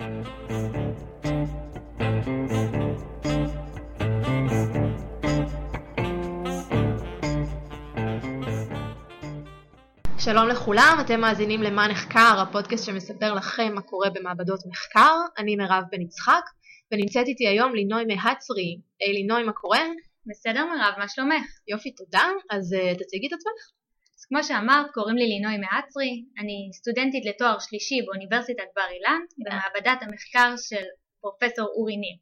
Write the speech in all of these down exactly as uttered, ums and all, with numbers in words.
שלום לכולם, אתם מאזינים למה נחקר, הפודקאסט שמספר לכם מה קורה במעבדות מחקר. אני מירב בן יצחק, ונמצאת איתי היום לינוי מהצרי. היי לינוי, מה קורה? בסדר מירב, מה שלומך? יופי, תודה. אז uh, תציגי את עצמך. אז כמו שאמרת, קוראים לי לינוי מהצרי, אני סטודנטית לתואר שלישי באוניברסיטת בר אילן, במעבדת המחקר של פרופסור אורי ניר.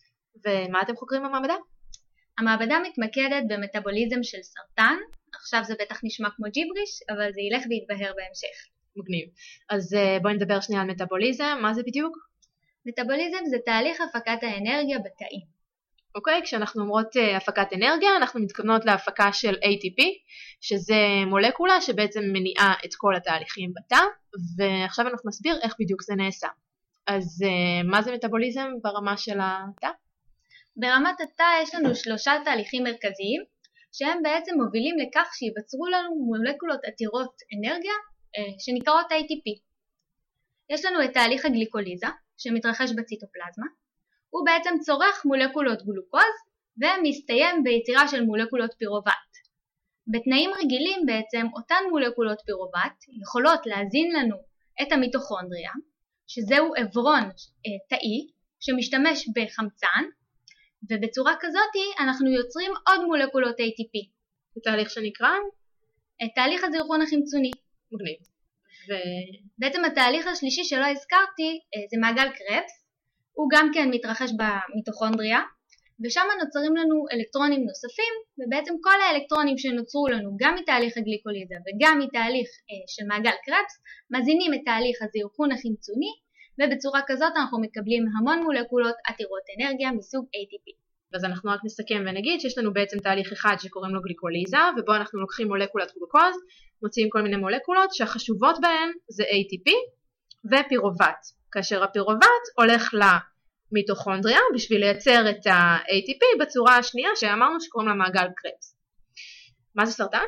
ומה אתם חוקרים במעבדה? המעבדה מתמקדת במטאבוליזם של סרטן. עכשיו זה בטח נשמע כמו ג'יבריש, אבל זה ילך ויתבהר בהמשך. מגניב. אז uh, בואי נדבר שנייה על מטאבוליזם. מה זה בדיוק? מטאבוליזם זה תהליך הפקת האנרגיה בתאים. אוקיי, כשאנחנו אומרות uh, הפקת אנרגיה, אנחנו מתכוונות להפקה של איי טי פי, שזה מולקולה שבעצם מניעה את כל התהליכים בתא, ועכשיו אנחנו נסביר איך בדיוק זה נעשה. אז uh, מה זה מטאבוליזם ברמה של התא? ברמת התא יש לנו שלושה תהליכים מרכזיים, שהם בעצם מובילים לכך שיבצרו לנו מולקולות עתירות אנרגיה שנקראות איי טי פי. יש לנו את תהליך הגליקוליזה שמתרחש בציטופלזמה, הוא בעצם צורך מולקולות גלוקוז ומסתיים ביצירה של מולקולות פירובט. בתנאים רגילים בעצם אותן מולקולות פירובט יכולות להזין לנו את המיטוכונדריה, שזהו עברון תאי שמשתמש בחמצן, ובצורה כזאת אנחנו יוצרים עוד מולקולות איי טי פי. זה תהליך שנקרא? תהליך הזרחון החמצוני. מגניב. ו... בעצם התהליך השלישי שלא הזכרתי זה מעגל קרבס, הוא גם כן מתרחש במיטוכונדריה, ושם נוצרים לנו אלקטרונים נוספים, ובעצם כל האלקטרונים שנוצרו לנו גם מתהליך הגליקוליזה וגם מתהליך של מעגל קרבס, מזינים את תהליך הזרחון החמצוני, ובצורה כזאת אנחנו מקבלים המון מולקולות עתירות אנרגיה מסוג איי טי פי. אז אנחנו רק נסכם ונגיד שיש לנו בעצם תהליך אחד שקוראים לו גליקוליזה, ובו אנחנו לוקחים מולקולת גלוקוז, מוציאים כל מיני מולקולות שהחשובות בהן זה איי טי פי ופירובט, כאשר הפירובט הולך למיטוכונדריה בשביל לייצר את ה-איי טי פי בצורה השנייה שאמרנו שקוראים לה מעגל קרבס. מה זה סרטן?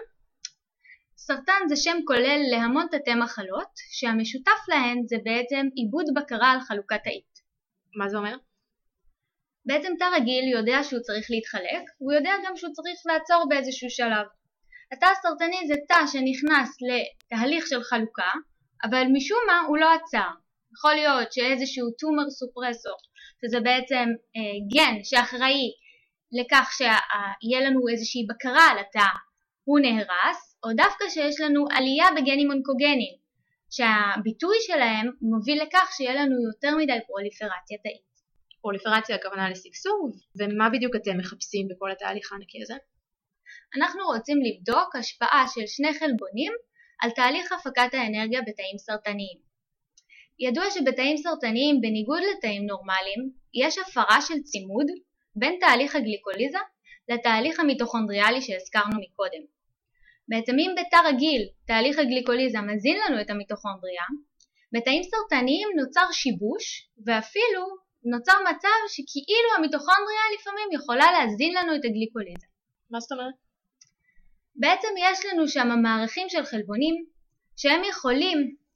סרטן זה שם כולל להמון תתי מחלות, שהמשותף להן זה בעצם עיבוד בקרה על חלוקה תאית. מה זה אומר? בעצם תא רגיל יודע שהוא צריך להתחלק, הוא יודע גם שהוא צריך לעצור באיזשהו שלב. התא הסרטני זה תא שנכנס לתהליך של חלוקה, אבל משום מה הוא לא עצר. יכול להיות שאיזשהו טומר סופרסור, שזה בעצם אה, גן שאחראי לכך שיהיה לנו איזושהי בקרה על התא, הוא נהרס, או דווקא שיש לנו עלייה בגנים אונקוגנים, שהביטוי שלהם מוביל לכך שיהיה לנו יותר מדי פרוליפרציה תאית. פרוליפרציה הכוונה לסגסוג, ומה בדיוק אתם מחפשים בכל התהליך הענקי הזה? אנחנו רוצים לבדוק השפעה של שני חלבונים על תהליך הפקת האנרגיה בתאים סרטניים. ידוע שבתאים סרטניים, בניגוד לתאים נורמליים, יש הפרה של צימוד בין תהליך הגליקוליזה לתהליך המיטוכונדריאלי שהזכרנו מקודם. בעצם אם בתא רגיל תהליך הגליקוליזה מזין לנו את המיטוכונדריה, בתאים סרטניים נוצר שיבוש, ואפילו נוצר מצב שכאילו המיטוכונדריה לפעמים יכולה להזין לנו את הגליקוליזה. מה זאת אומרת? בעצם יש לנו שם מערכים של חלבונים שהם יכולים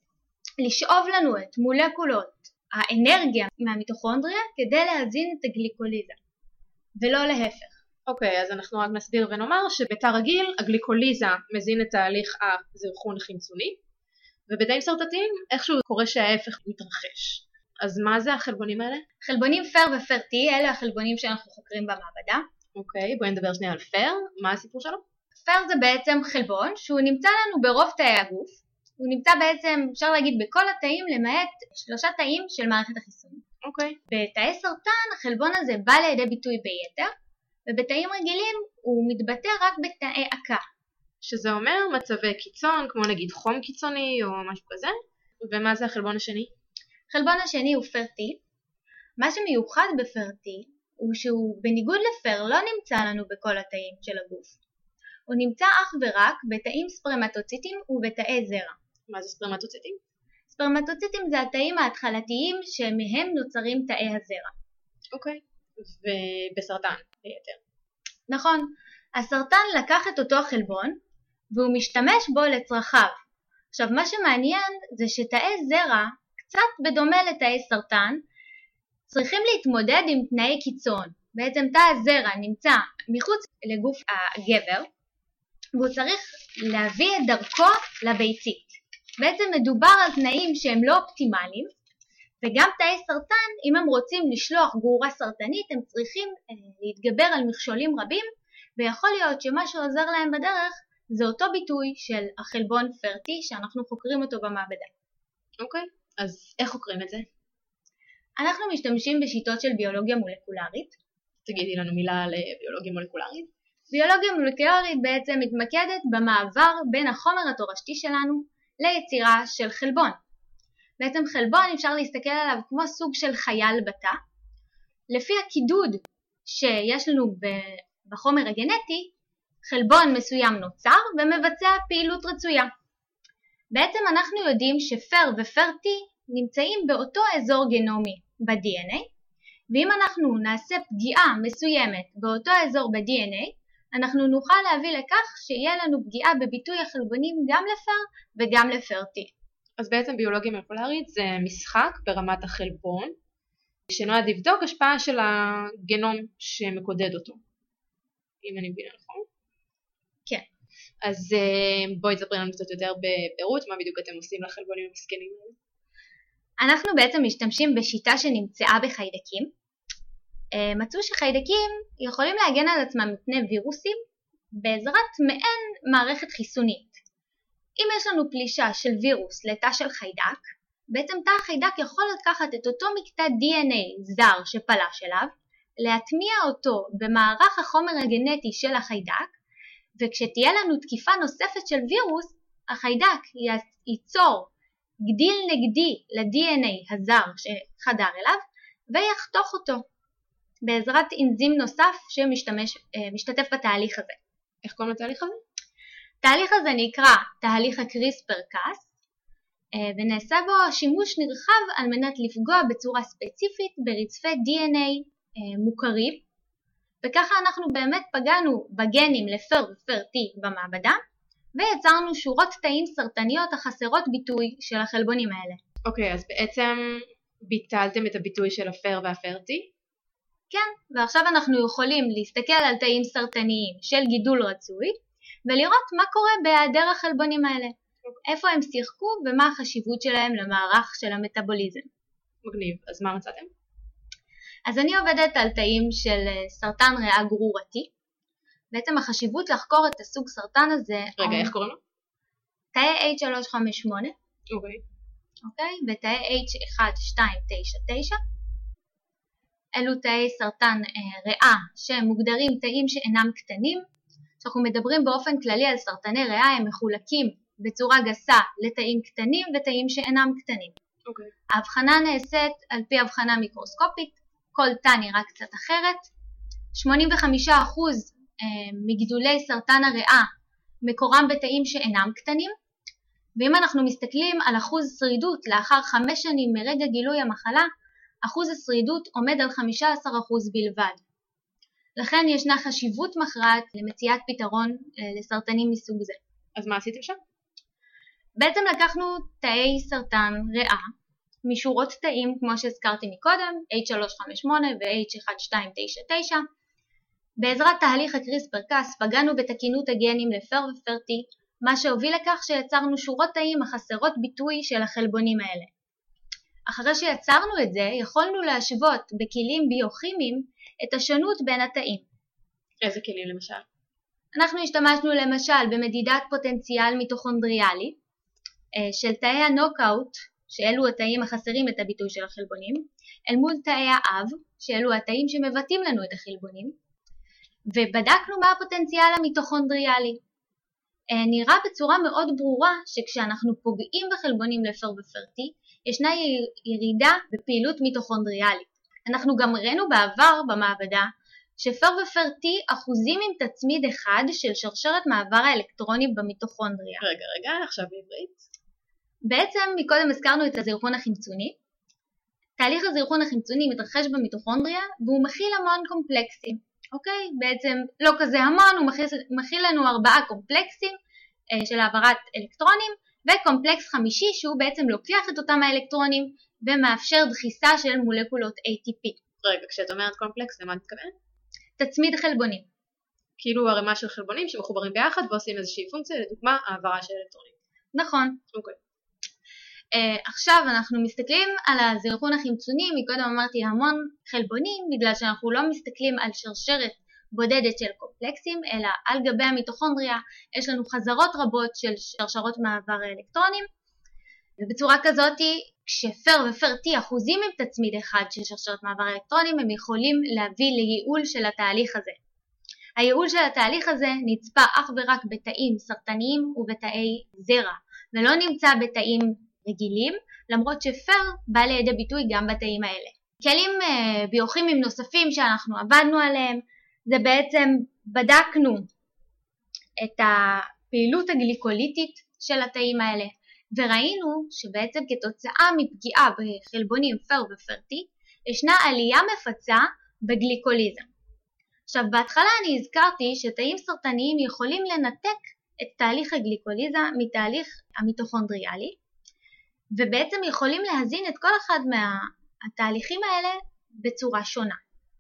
לשאוב לנו את מולקולות האנרגיה מהמיטוכונדריה כדי להזין את הגליקוליזה, ולא להפך. אוקיי, אז אנחנו רק נסביר ונאמר שבתא רגיל הגליקוליזה מזין את תהליך הזרחון החמצוני, ובתאים סרטניים איכשהו קורה שההפך מתרחש. אז מה זה החלבונים האלה? חלבונים פר ופר טי, אלה החלבונים שאנחנו חוקרים במעבדה. אוקיי, בואי נדבר שנייה על פר. מה הסיפור שלו? פר זה בעצם חלבון שהוא נמצא לנו ברוב תאי הגוף. הוא נמצא בעצם, אפשר להגיד, בכל התאים למעט שלושה תאים של מערכת החיסון. אוקיי. בתאי סרטן החלבון הזה בא לידי ביטוי ביתר, ובתאים רגילים הוא מתבטא רק בתאי עקה. שזה אומר מצבי קיצון, כמו נגיד חום קיצוני או משהו כזה. ומה זה החלבון השני? החלבון השני הוא פר-טי. מה שמיוחד בפר-טי הוא שהוא בניגוד לפר לא נמצא לנו בכל התאים של הגוף. הוא נמצא אך ורק בתאים ספרמטוציטים ובתאי זרע. מה זה ספרמטוציטים? ספרמטוציטים זה התאים ההתחלתיים שמהם נוצרים תאי הזרע. אוקיי. ובסרטן ביתר. נכון. הסרטן לקח את אותו חלבון והוא משתמש בו לצרכיו. עכשיו מה שמעניין זה שתאי זרע קצת בדומה לתאי סרטן, צריכים להתמודד עם תנאי קיצון. בעצם תא הזרע נמצא מחוץ לגוף הגבר, והוא צריך להביא את דרכו לביצית. בעצם מדובר על תנאים שהם לא אופטימליים, וגם תאי סרטן, אם הם רוצים לשלוח גרורה סרטנית, הם צריכים להתגבר על מכשולים רבים, ויכול להיות שמה שעוזר להם בדרך זה אותו ביטוי של החלבון פרטי שאנחנו חוקרים אותו במעבדה. אוקיי, okay. אז איך חוקרים את זה? אנחנו משתמשים בשיטות של ביולוגיה מולקולרית. תגידי לנו מילה על ביולוגיה מולקולרית. ביולוגיה מולקולרית בעצם מתמקדת במעבר בין החומר התורשתי שלנו ליצירה של חלבון. בעצם חלבון אפשר להסתכל עליו כמו סוג של חייל בתא. לפי הקידוד שיש לנו בחומר הגנטי, חלבון מסוים נוצר ומבצע פעילות רצויה. בעצם אנחנו יודעים שפר ופר-T נמצאים באותו אזור גנומי ב-די אן איי, ואם אנחנו נעשה פגיעה מסוימת באותו אזור ב-די אן איי, אנחנו נוכל להביא לכך שיהיה לנו פגיעה בביטוי החלבונים גם לפר וגם לפר-T. אז בעצם ביולוגיה מולקולרית זה משחק ברמת החלבון, שנועד לבדוק השפעה של הגנום שמקודד אותו. אם אני מבינה נכון? כן. אז בואי תספרי לנו קצת יותר בפירוט, מה בדיוק אתם עושים לחלבונים המסכנים האלה? אנחנו בעצם משתמשים בשיטה שנמצאה בחיידקים. מצאו שחיידקים יכולים להגן על עצמם מפני וירוסים בעזרת מעין מערכת חיסונית. אם יש לנו פלישה של וירוס לתא של חיידק, בעצם תא החיידק יכול לקחת את אותו מקטע די אן איי זר שפלש אליו, להטמיע אותו במערך החומר הגנטי של החיידק, וכשתהיה לנו תקיפה נוספת של וירוס, החיידק ייצור גדיל נגדי ל-די אן איי הזר שחדר אליו, ויחתוך אותו בעזרת אנזים נוסף שמשתתף בתהליך הזה. איך קוראים לתהליך הזה? התהליך הזה נקרא תהליך הקריספר-קאס, ונעשה בו שימוש נרחב על מנת לפגוע בצורה ספציפית ברצפי די אן איי מוכרים, וככה אנחנו באמת פגענו בגנים לפר ופר-T במעבדה, ויצרנו שורות תאים סרטניות החסרות ביטוי של החלבונים האלה. אוקיי, okay, אז בעצם ביטלתם את הביטוי של הפר והפר-T? כן, ועכשיו אנחנו יכולים להסתכל על תאים סרטניים של גידול רצוי, ולראות מה קורה בהיעדר החלבונים האלה. Okay. איפה הם שיחקו ומה החשיבות שלהם למערך של המטאבוליזם. מגניב, אז מה מצאתם? אז אני עובדת על תאים של סרטן ריאה גרורתי. בעצם החשיבות לחקור את הסוג סרטן הזה... רגע, איך קוראים לו? תאי אייץ' שלוש חמש שמונה. אוקיי. אוקיי, ותאי אייץ' אחת שתיים תשע תשע. אלו תאי סרטן אה, ריאה שמוגדרים תאים שאינם קטנים. כשאנחנו מדברים באופן כללי על סרטני ריאה, הם מחולקים בצורה גסה לתאים קטנים ותאים שאינם קטנים. אוקיי. ההבחנה נעשית על פי הבחנה מיקרוסקופית, כל תא נראה קצת אחרת. שמונים וחמישה אחוז מגידולי סרטן הריאה מקורם בתאים שאינם קטנים, ואם אנחנו מסתכלים על אחוז שרידות לאחר חמש שנים מרגע גילוי המחלה, אחוז השרידות עומד על חמישה עשר אחוז בלבד. לכן ישנה חשיבות מכרעת למציאת פתרון לסרטנים מסוג זה. אז מה עשיתם שם? בעצם לקחנו תאי סרטן ריאה משורות תאים כמו שהזכרתי מקודם, אייץ' שלוש חמש שמונה ו-אייץ' אחת שתיים תשע תשע. בעזרת תהליך הקריספר-קאס פגענו בתקינות הגנים לפר ופר-T, מה שהוביל לכך שיצרנו שורות תאים החסרות ביטוי של החלבונים האלה. אחרי שיצרנו את זה, יכולנו להשוות בכלים ביוכימיים את השונות בין התאים. איזה כלים למשל? אנחנו השתמשנו למשל במדידת פוטנציאל מיטוכונדריאלי של תאי הנוקאוט, שאלו התאים החסרים את הביטוי של החלבונים, אל מול תאי האב, שאלו התאים שמבטאים לנו את החלבונים, ובדקנו מה הפוטנציאל המיטוכונדריאלי. נראה בצורה מאוד ברורה שכשאנחנו פוגעים בחלבונים לפר ופר-T, ישנה ירידה בפעילות מיטוכונדריאלית. אנחנו גם ראינו בעבר במעבדה שפר ופר-T אחוזים עם תצמיד אחד של שרשרת מעבר האלקטרונים במיטוכונדריה. רגע, רגע, עכשיו בעברית. בעצם מקודם הזכרנו את הזרחון החמצוני. תהליך הזרחון החמצוני מתרחש במיטוכונדריה והוא מכיל המון קומפלקסים. אוקיי? בעצם לא כזה המון, הוא מכיל, מכיל לנו ארבעה קומפלקסים אה, של העברת אלקטרונים, וקומפלקס חמישי שהוא בעצם לוקח את אותם האלקטרונים ומאפשר דחיסה של מולקולות איי טי פי. רגע, כשאת אומרת קומפלקס, למה את מתכוונת? תצמיד חלבונים. כאילו הרמה של חלבונים שמחוברים ביחד ועושים איזושהי פונקציה, לדוגמה העברה של אלקטרונים. נכון. אוקיי. Uh, עכשיו אנחנו מסתכלים על הזרחון החמצוני, מקודם אמרתי המון חלבונים, בגלל שאנחנו לא מסתכלים על שרשרת בודדת של קומפלקסים, אלא על גבי המיטוכונדריה יש לנו חזרות רבות של שרשרות מעבר אלקטרונים, ובצורה כזאת כשפר ופר T אחוזים עם תצמיד אחד של שרשרת מעבר אלקטרונים, הם יכולים להביא לייעול של התהליך הזה. הייעול של התהליך הזה נצפה אך ורק בתאים סרטניים ובתאי זרע, ולא נמצא בתאים רגילים, למרות שפר בא לידי ביטוי גם בתאים האלה. כלים uh, ביוכימיים נוספים שאנחנו עבדנו עליהם, זה בעצם בדקנו את הפעילות הגליקוליטית של התאים האלה, וראינו שבעצם כתוצאה מפגיעה בחלבונים פר ופר T, ישנה עלייה מפצה בגליקוליזה. עכשיו בהתחלה אני הזכרתי שתאים סרטניים יכולים לנתק את תהליך הגליקוליזה מתהליך המיטוכונדריאלי, ובעצם יכולים להזין את כל אחד מהתהליכים האלה בצורה שונה.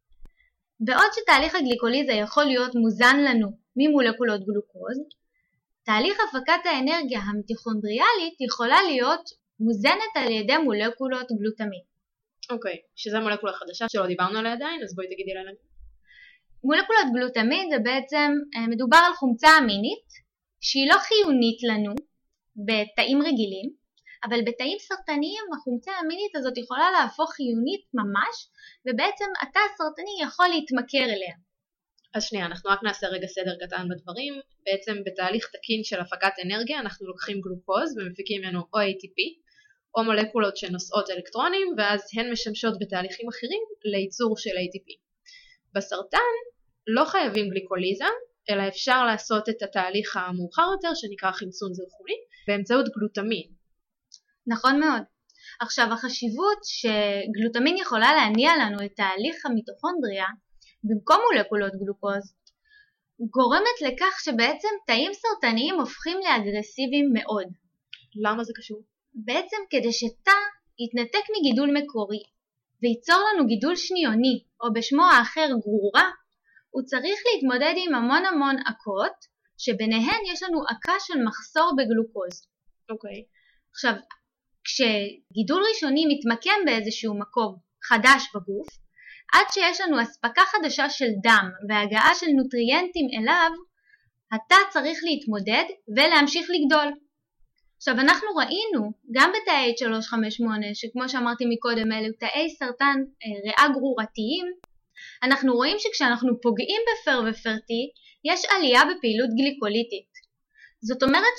בעוד שתהליך הגליקוליזה יכול להיות מוזן לנו ממולקולות גלוקוז, תהליך הפקת האנרגיה המיטוכונדריאלית יכולה להיות מוזנת על ידי מולקולות גלוטמין. אוקיי, שזה מולקולה חדשה שלא דיברנו עליה עדיין, אז בואי תגידי לנו. מולקולת גלוטמין זה בעצם, מדובר על חומצה אמינית שהיא לא חיונית לנו בתאים רגילים, אבל בתאים סרטניים החומצה האמינית הזאת יכולה להפוך חיונית ממש, ובעצם התא הסרטני יכול להתמכר אליה. אז שנייה, אנחנו רק נעשה רגע סדר קטן בדברים. בעצם בתהליך תקין של הפקת אנרגיה אנחנו לוקחים גלוקוז ומפיקים ממנו או איי טי פי, או מולקולות שנושאות אלקטרונים, ואז הן משמשות בתהליכים אחרים לייצור של איי טי פי. בסרטן לא חייבים גליקוליזה, אלא אפשר לעשות את התהליך המאוחר יותר שנקרא חמצון זרחוני באמצעות גלוטמין. נכון מאוד. עכשיו החשיבות שגלוטמין יכולה להניע לנו את תהליך המיטוכונדריה במקום מולקולות גלוקוז גורמת לכך שבעצם תאים סרטניים הופכים לאגרסיביים מאוד. למה זה קשור? בעצם כדי שתא יתנתק מגידול מקורי וייצור לנו גידול שניוני, או בשמו האחר גרורה, הוא צריך להתמודד עם המון המון עקות, שביניהן יש לנו עקה של מחסור בגלוקוז. אוקיי. עכשיו, כשגידול ראשוני מתמקם באיזשהו מקום חדש בגוף, עד שיש לנו אספקה חדשה של דם והגעה של נוטריאנטים אליו, התא צריך להתמודד ולהמשיך לגדול. עכשיו אנחנו ראינו גם בתאי אייץ' שלוש חמש שמונה, שכמו שאמרתי מקודם אלו תאי סרטן ריאה גרורתיים, אנחנו רואים שכשאנחנו פוגעים בפר ופר T יש עלייה בפעילות גליקוליטית. זאת אומרת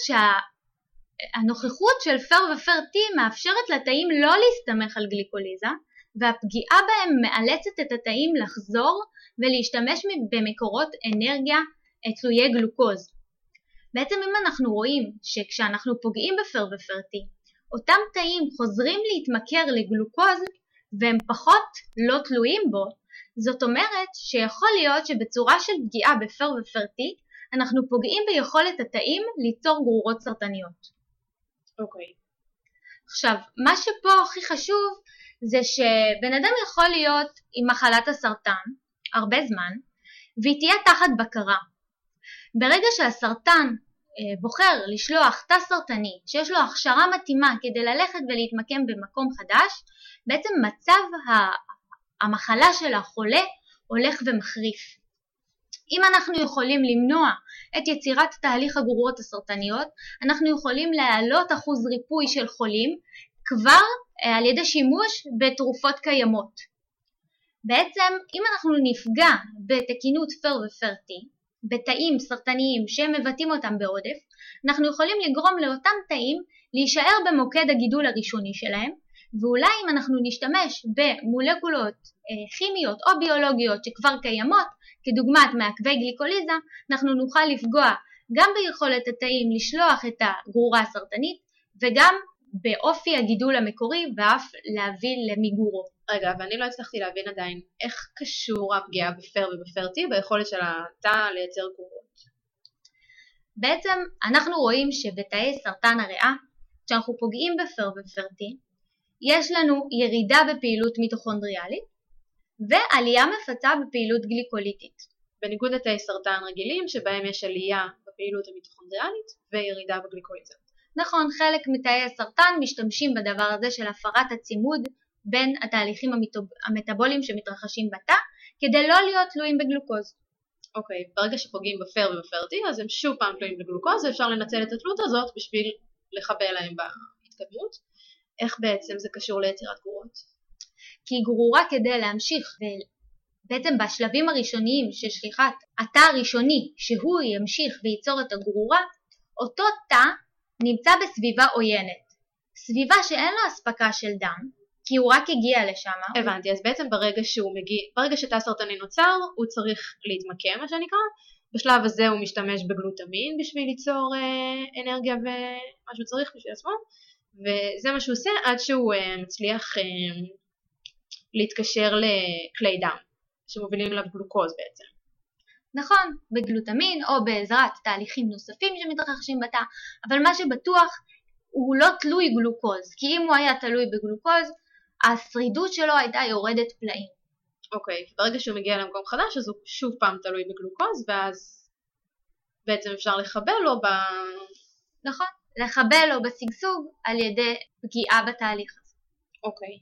שהנוכחות של פר ופר T מאפשרת לתאים לא להסתמך על גליקוליזה, והפגיעה בהם מאלצת את התאים לחזור ולהשתמש במקורות אנרגיה תלויי גלוקוז. בעצם אם אנחנו רואים שכשאנחנו פוגעים בפר ופר T, אותם תאים חוזרים להתמכר לגלוקוז והם פחות לא תלויים בו, זאת אומרת שיכול להיות שבצורה של פגיעה בפר ופר T, אנחנו פוגעים ביכולת התאים ליצור גרורות סרטניות. אוקיי. עכשיו, מה שפה הכי חשוב זה שבן אדם יכול להיות עם מחלת הסרטן הרבה זמן, והיא תהיה תחת בקרה. ברגע שהסרטן בוחר לשלוח תא סרטני שיש לו הכשרה מתאימה כדי ללכת ולהתמקם במקום חדש, בעצם מצב המחלה של החולה הולך ומחריף. אם אנחנו יכולים למנוע את יצירת תהליך הגרורות הסרטניות, אנחנו יכולים להעלות אחוז ריפוי של חולים כבר על ידי שימוש בתרופות קיימות. בעצם אם אנחנו נפגע בתקינות פר ופר T, בתאים סרטניים שהם מבטאים אותם בעודף, אנחנו יכולים לגרום לאותם תאים להישאר במוקד הגידול הראשוני שלהם, ואולי אם אנחנו נשתמש במולקולות כימיות או ביולוגיות שכבר קיימות, כדוגמת מעכבי גליקוליזה, אנחנו נוכל לפגוע גם ביכולת התאים לשלוח את הגרורה הסרטנית, וגם באופי הגידול המקורי ואף להביא למיגורו. רגע, ואני לא הצלחתי להבין עדיין איך קשור הפגיעה בפר ובפר T ביכולת של התא לייצר גרורות. בעצם אנחנו רואים שבתאי סרטן הריאה, כשאנחנו פוגעים בפר ובפר T, יש לנו ירידה בפעילות מיטוכונדריאלית ועלייה מפצה בפעילות גליקוליטית. בניגוד לתאי סרטן רגילים שבהם יש עלייה בפעילות המיטוכונדריאלית וירידה בגליקוליזה. נכון, חלק מתאי הסרטן משתמשים בדבר הזה של הפרת הצימוד בין התהליכים המטאבוליים שמתרחשים בתא כדי לא להיות תלויים בגלוקוז. אוקיי, ברגע שפוגעים בפר ובפרטי אז הם שוב פעם תלויים בגלוקוז ואפשר לנצל את התלות הזאת בשביל לחבל להם בהתקדמות. איך בעצם זה קשור ליצירת גרורות? כי גרורה כדי להמשיך ובעצם בשלבים הראשוניים של שליחת התא הראשוני שהוא ימשיך וייצור את הגרורה, אותו תא נמצא בסביבה עוינת, סביבה שאין לו הספקה של דם כי הוא רק הגיע לשם. הבנתי, אז בעצם ברגע שהוא מגיע, ברגע שתא סרטני נוצר הוא צריך להתמקם מה שנקרא, בשלב הזה הוא משתמש בגלוטמין בשביל ליצור אה, אנרגיה ומה שהוא צריך בשביל עצמו, וזה מה שהוא עושה עד שהוא אה, מצליח אה, להתקשר לכלי דם שמובילים אליו גלוקוז בעצם. נכון, בגלוטמין או בעזרת תהליכים נוספים שמתרחשים בתא, אבל מה שבטוח הוא לא תלוי גלוקוז, כי אם הוא היה תלוי בגלוקוז השרידות שלו הייתה יורדת פלאים. אוקיי, ברגע שהוא מגיע למקום חדש אז הוא שוב פעם תלוי בגלוקוז ואז בעצם אפשר לחבל לו ב... נכון, לחבל לו בשגשוג על ידי פגיעה בתהליך הזה. אוקיי,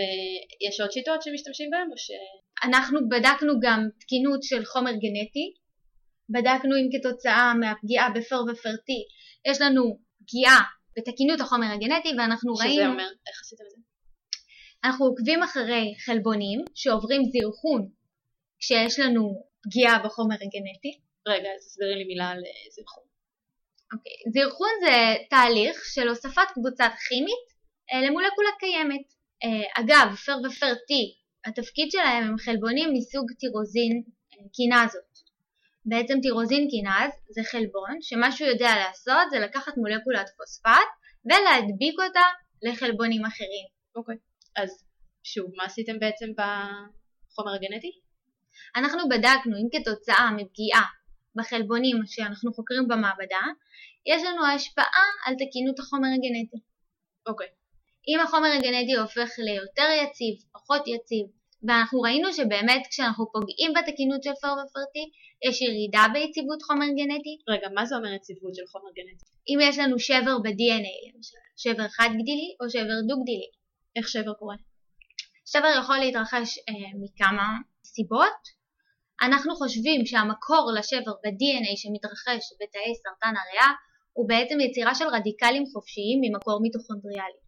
ויש עוד שיטות שמשתמשים בהם או ש... אנחנו בדקנו גם תקינות של חומר גנטי, בדקנו אם כתוצאה מהפגיעה בפר ופרטי יש לנו פגיעה בתקינות החומר הגנטי ואנחנו שזה ראינו... שזה אומר, איך עשיתם את זה? אנחנו עוקבים אחרי חלבונים שעוברים זירחון כשיש לנו פגיעה בחומר הגנטי. רגע, אז תסבירי לי מילה על זירחון. אוקיי, זירחון זה תהליך של הוספת קבוצת כימית למולקולה קיימת. אגב, פר ופרטי, התפקיד שלהם הם חלבונים מסוג טירוזין קינזות. בעצם טירוזין קינז זה חלבון שמה שהוא יודע לעשות זה לקחת מולקולת פוספט ולהדביק אותה לחלבונים אחרים. אוקיי, אז שוב, מה עשיתם בעצם בחומר הגנטי? אנחנו בדקנו אם כתוצאה מפגיעה בחלבונים שאנחנו חוקרים במעבדה, יש לנו השפעה על תקינות החומר הגנטי. אוקיי. אם החומר הגנטי הופך ליותר יציב, פחות יציב, ואנחנו ראינו שבאמת כשאנחנו פוגעים בתקינות של פר ופרטי, יש ירידה ביציבות חומר גנטי. רגע, מה זה אומר יציבות של חומר גנטי? אם יש לנו שבר ב-די אן איי, למשל, שבר חד גדילי או שבר דו גדילי. איך שבר קורה? שבר יכול להתרחש אה, מכמה סיבות. אנחנו חושבים שהמקור לשבר ב-די אן איי שמתרחש בתאי סרטן הריאה הוא בעצם יצירה של רדיקלים חופשיים ממקור מיטוכונדריאלי.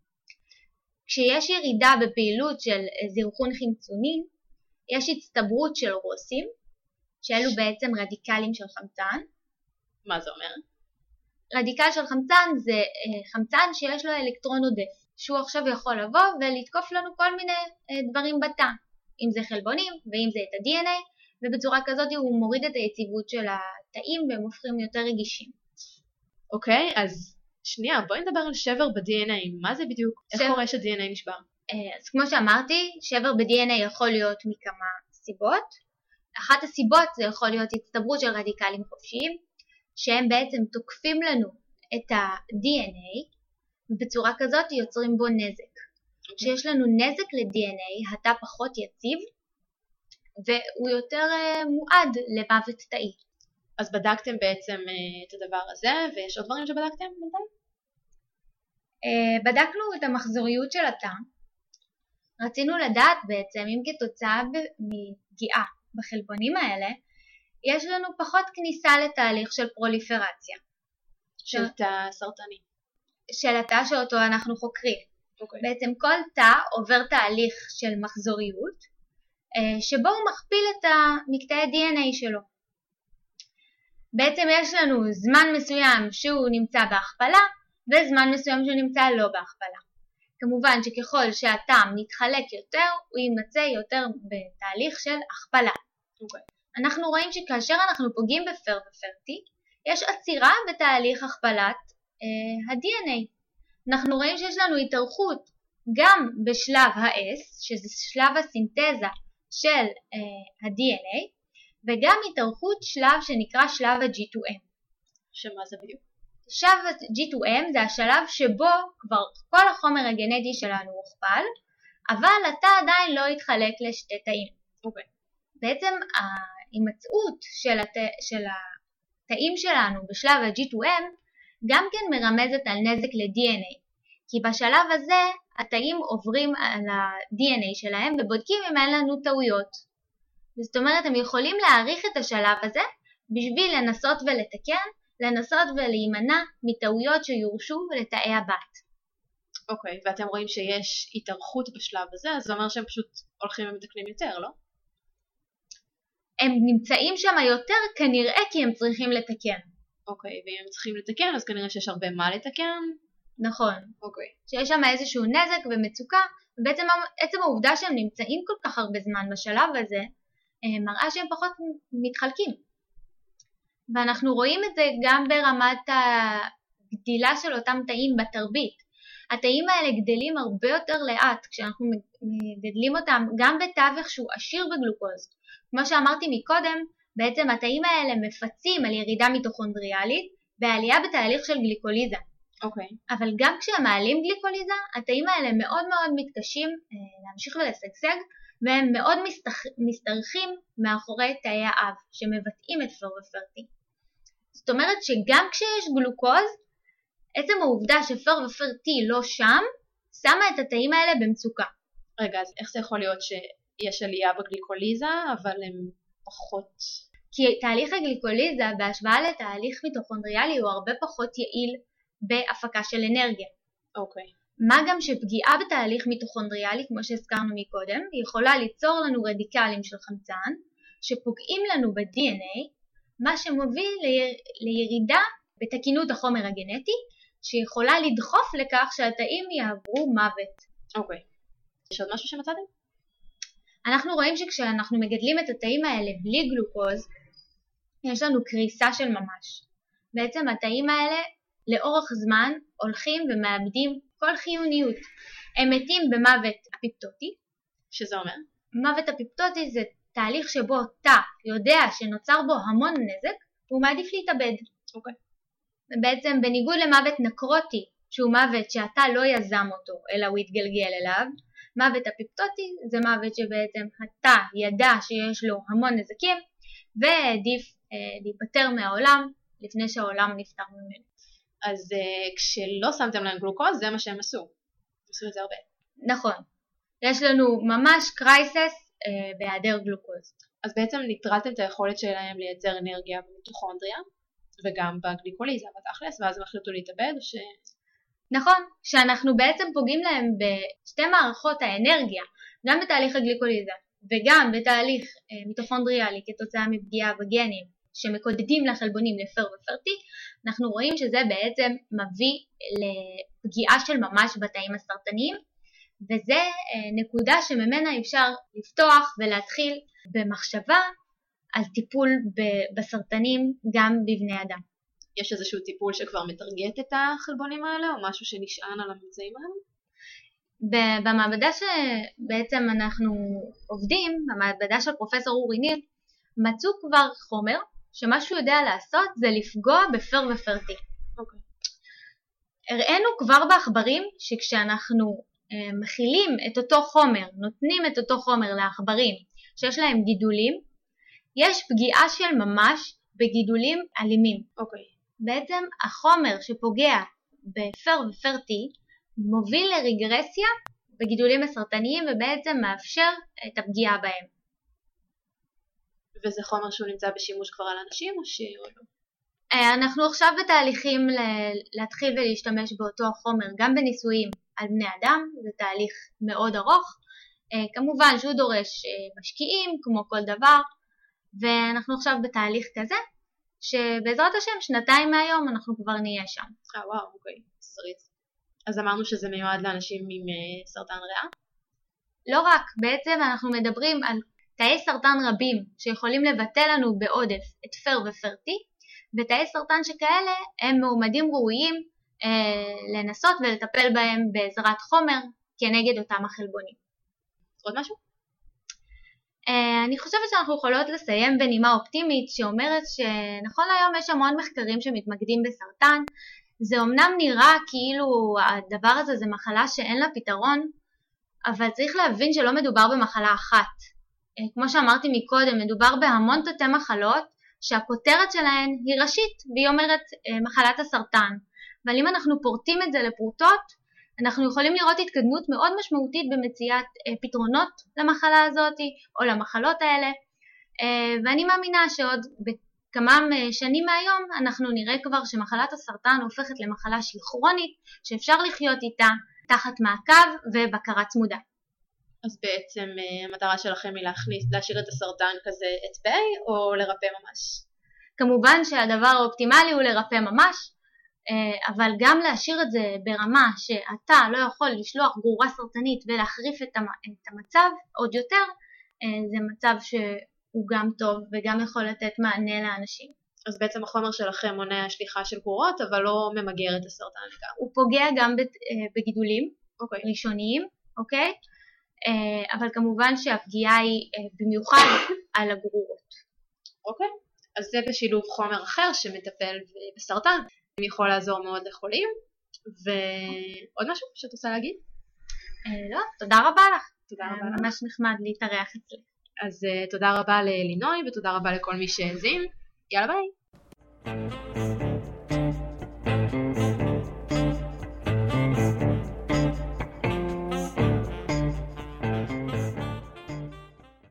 כשיש ירידה בפעילות של זירחון חמצוני, יש הצטברות של רוסים, שאלו בעצם רדיקלים של חמצן. מה זה אומר? רדיקל של חמצן זה חמצן שיש לו אלקטרון עודף, שהוא עכשיו יכול לבוא ולתקוף לנו כל מיני דברים בתא, אם זה חלבונים ואם זה את ה-די אן איי, ובצורה כזאת הוא מוריד את היציבות של התאים והם הופכים יותר רגישים. אוקיי, אז שנייה, בואי נדבר על שבר ב-די אן איי, מה זה בדיוק? איך קורה ש-די אן איי נשבר? אז כמו שאמרתי, שבר ב-די אן איי יכול להיות מכמה סיבות. אחת הסיבות זה יכול להיות הצטברות של רדיקלים חופשיים, שהם בעצם תוקפים לנו את ה-די אן איי, ובצורה כזאת יוצרים בו נזק. כשיש לנו נזק ל-די אן איי, התא פחות יציב, והוא יותר מועד למוות תאי. אז בדקתם בעצם את הדבר הזה, ויש עוד דברים שבדקתם בינתיים? בדקנו את המחזוריות של התא. רצינו לדעת בעצם אם כתוצאה מפגיעה בחלבונים האלה, יש לנו פחות כניסה לתהליך של פרוליפרציה. של תא סרטני. של התא שאותו אנחנו חוקרים. Okay. בעצם כל תא עובר תהליך של מחזוריות, שבו הוא מכפיל את מקטעי די אן איי שלו. בעצם יש לנו זמן מסוים שהוא נמצא בהכפלה, וזמן מסוים שהוא נמצא לא בהכפלה. כמובן שככל שהתא מתחלק יותר, הוא יימצא יותר בתהליך של הכפלה. Okay. אנחנו רואים שכאשר אנחנו פוגעים בפר ופרטי, יש עצירה בתהליך הכפלת אה, ה-די אן איי. אנחנו רואים שיש לנו התארכות גם בשלב ה-S, שזה שלב הסינתזה של אה, ה-די אן איי, וגם התארכות שלב שנקרא שלב ה-ג'י טו אם. שמה זה בדיוק? שלב ג'י טו אם זה השלב שבו כבר כל החומר הגנטי שלנו הוכפל, אבל התא עדיין לא התחלק לשתי תאים. אוקיי. בעצם ההימצאות של, הת... של התאים שלנו בשלב ה-ג'י טו אם גם כן מרמזת על נזק ל-די אן איי, כי בשלב הזה התאים עוברים על ה-די אן איי שלהם ובודקים אם אין לנו טעויות. זאת אומרת, הם יכולים להאריך את השלב הזה בשביל לנסות ולתקן, לנסות ולהימנע מטעויות שיורשו לתאי הבת. אוקיי, ואתם רואים שיש התארכות בשלב הזה, אז זה אומר שהם פשוט הולכים ומתקנים יותר, לא? הם נמצאים שם יותר כנראה כי הם צריכים לתקן. אוקיי, ואם הם צריכים לתקן אז כנראה שיש הרבה מה לתקן. נכון. אוקיי. שיש שם איזשהו נזק ומצוקה, ובעצם עצם העובדה שהם נמצאים כל כך הרבה זמן בשלב הזה, מראה שהם פחות מתחלקים. ואנחנו רואים את זה גם ברמת הגדילה של אותם תאים בתרבית. התאים האלה גדלים הרבה יותר לאט כשאנחנו מגדלים אותם גם בתווך שהוא עשיר בגלוקוז. כמו שאמרתי מקודם, בעצם התאים האלה מפצים על ירידה מיטוכונדריאלית בעלייה בתהליך של גליקוליזה. אוקיי. אבל גם כשהם מעלים גליקוליזה, התאים האלה מאוד מאוד מתקשים אה, להמשיך ולשגשג, והם מאוד מסתח... מסתרכים מאחורי תאי האב שמבטאים את פר ופרטי. זאת אומרת שגם כשיש גלוקוז, עצם העובדה שפר ופרטי לא שם, שמה את התאים האלה במצוקה. רגע, אז איך זה יכול להיות שיש עלייה בגליקוליזה, אבל הם פחות... כי תהליך הגליקוליזה בהשוואה לתהליך מיטוכונדריאלי הוא הרבה פחות יעיל בהפקה של אנרגיה. אוקיי. מה גם שפגיעה בתהליך מיטוכונדריאלי, כמו שהזכרנו מקודם, יכולה ליצור לנו רדיקלים של חמצן, שפוגעים לנו ב-די אן איי, מה שמוביל ליר... לירידה בתקינות החומר הגנטי, שיכולה לדחוף לכך שהתאים יעברו מוות. אוקיי. יש עוד משהו שמצאתם? אנחנו רואים שכשאנחנו מגדלים את התאים האלה בלי גלוקוז, יש לנו קריסה של ממש. בעצם התאים האלה לאורך זמן הולכים ומאבדים כל חיוניות. הם מתים במוות אפיפטוטי. שזה אומר? מוות אפיפטוטי זה תהליך שבו תא יודע שנוצר בו המון נזק, והוא מעדיף להתאבד. אוקיי. בעצם בניגוד למוות נקרוטי, שהוא מוות שאתה לא יזם אותו, אלא הוא התגלגל אליו, מוות אפיפטוטי זה מוות שבעצם התא ידע שיש לו המון נזקים, ועדיף אה, להיפטר מהעולם לפני שהעולם נפטר ממנו. אז uh, כשלא שמתם להם גלוקוז, זה מה שהם עשו. עשו את זה הרבה. נכון. יש לנו ממש קרייסס uh, בהיעדר גלוקוז. אז בעצם ניטרלתם את היכולת שלהם לייצר אנרגיה במיטוכונדריה, וגם בגליקוליזה בתכלס, ואז הם החליטו להתאבד, ש... נכון, שאנחנו בעצם פוגעים להם בשתי מערכות האנרגיה, גם בתהליך הגליקוליזה, וגם בתהליך uh, מיטוכונדריאלי כתוצאה מפגיעה בגנים, שמקודדים לחלבונים לפר ופרטי, אנחנו רואים שזה בעצם מביא לפגיעה של ממש בתאים הסרטניים, וזה נקודה שממנה אפשר לפתוח ולהתחיל במחשבה על טיפול בסרטנים גם בבני אדם. יש איזשהו טיפול שכבר מטרגט את החלבונים האלה, או משהו שנשען על הממצאים האלה? במעבדה שבעצם אנחנו עובדים, במעבדה של פרופסור אורי ניל, מצאו כבר חומר שמה שהוא יודע לעשות זה לפגוע בפר ופרטי. אוקיי. הראינו כבר בעכברים שכשאנחנו אה, מכילים את אותו חומר, נותנים את אותו חומר לעכברים שיש להם גידולים, יש פגיעה של ממש בגידולים אלימים. אוקיי. בעצם החומר שפוגע בפר ופרטי מוביל לרגרסיה בגידולים הסרטניים ובעצם מאפשר את הפגיעה בהם. וזה חומר שהוא נמצא בשימוש כבר על אנשים או שעוד לא? אנחנו עכשיו בתהליכים להתחיל ולהשתמש באותו החומר גם בניסויים על בני אדם, זה תהליך מאוד ארוך, כמובן שהוא דורש משקיעים כמו כל דבר, ואנחנו עכשיו בתהליך כזה, שבעזרת השם שנתיים מהיום אנחנו כבר נהיה שם. אה וואו, אוקיי, סריט. אז אמרנו שזה מיועד לאנשים עם סרטן ריאה? לא רק, בעצם אנחנו מדברים על תאי סרטן רבים שיכולים לבטל לנו בעודף את פר ופרטי, ותאי סרטן שכאלה הם מועמדים ראויים אה, לנסות ולטפל בהם בעזרת חומר כנגד אותם החלבונים. עוד משהו? אה, אני חושבת שאנחנו יכולות לסיים בנימה אופטימית שאומרת שנכון להיום יש המון מחקרים שמתמקדים בסרטן, זה אומנם נראה כאילו הדבר הזה זה מחלה שאין לה פתרון, אבל צריך להבין שלא מדובר במחלה אחת. כמו שאמרתי מקודם, מדובר בהמון תתי מחלות שהכותרת שלהן היא ראשית, והיא אומרת מחלת הסרטן. אבל אם אנחנו פורטים את זה לפרוטות, אנחנו יכולים לראות התקדמות מאוד משמעותית במציאת פתרונות למחלה הזאת או למחלות האלה, ואני מאמינה שעוד בכמה שנים מהיום אנחנו נראה כבר שמחלת הסרטן הופכת למחלה שהיא כרונית, שאפשר לחיות איתה תחת מעקב ובקרה צמודה. אז בעצם המטרה שלכם היא להכניס, להשאיר את הסרטן כזה אצבעי או לרפא ממש? כמובן שהדבר האופטימלי הוא לרפא ממש, אבל גם להשאיר את זה ברמה שאתה לא יכול לשלוח גרורה סרטנית ולהחריף את המצב עוד יותר, זה מצב שהוא גם טוב וגם יכול לתת מענה לאנשים. אז בעצם החומר שלכם מונע שליחה של גרורות אבל לא ממגר את הסרטן לגמרי. הוא פוגע גם בגידולים okay. ראשוניים, אוקיי? אבל כמובן שהפגיעה היא במיוחד על הגרורות. אוקיי, אז זה בשילוב חומר אחר שמטפל בסרטן. זה יכול לעזור מאוד לחולים. ועוד משהו שאת רוצה להגיד? לא, תודה רבה לך. תודה רבה לך. ממש נחמד להתארח אצלי. אז תודה רבה ללינוי ותודה רבה לכל מי שהאזין. יאללה ביי.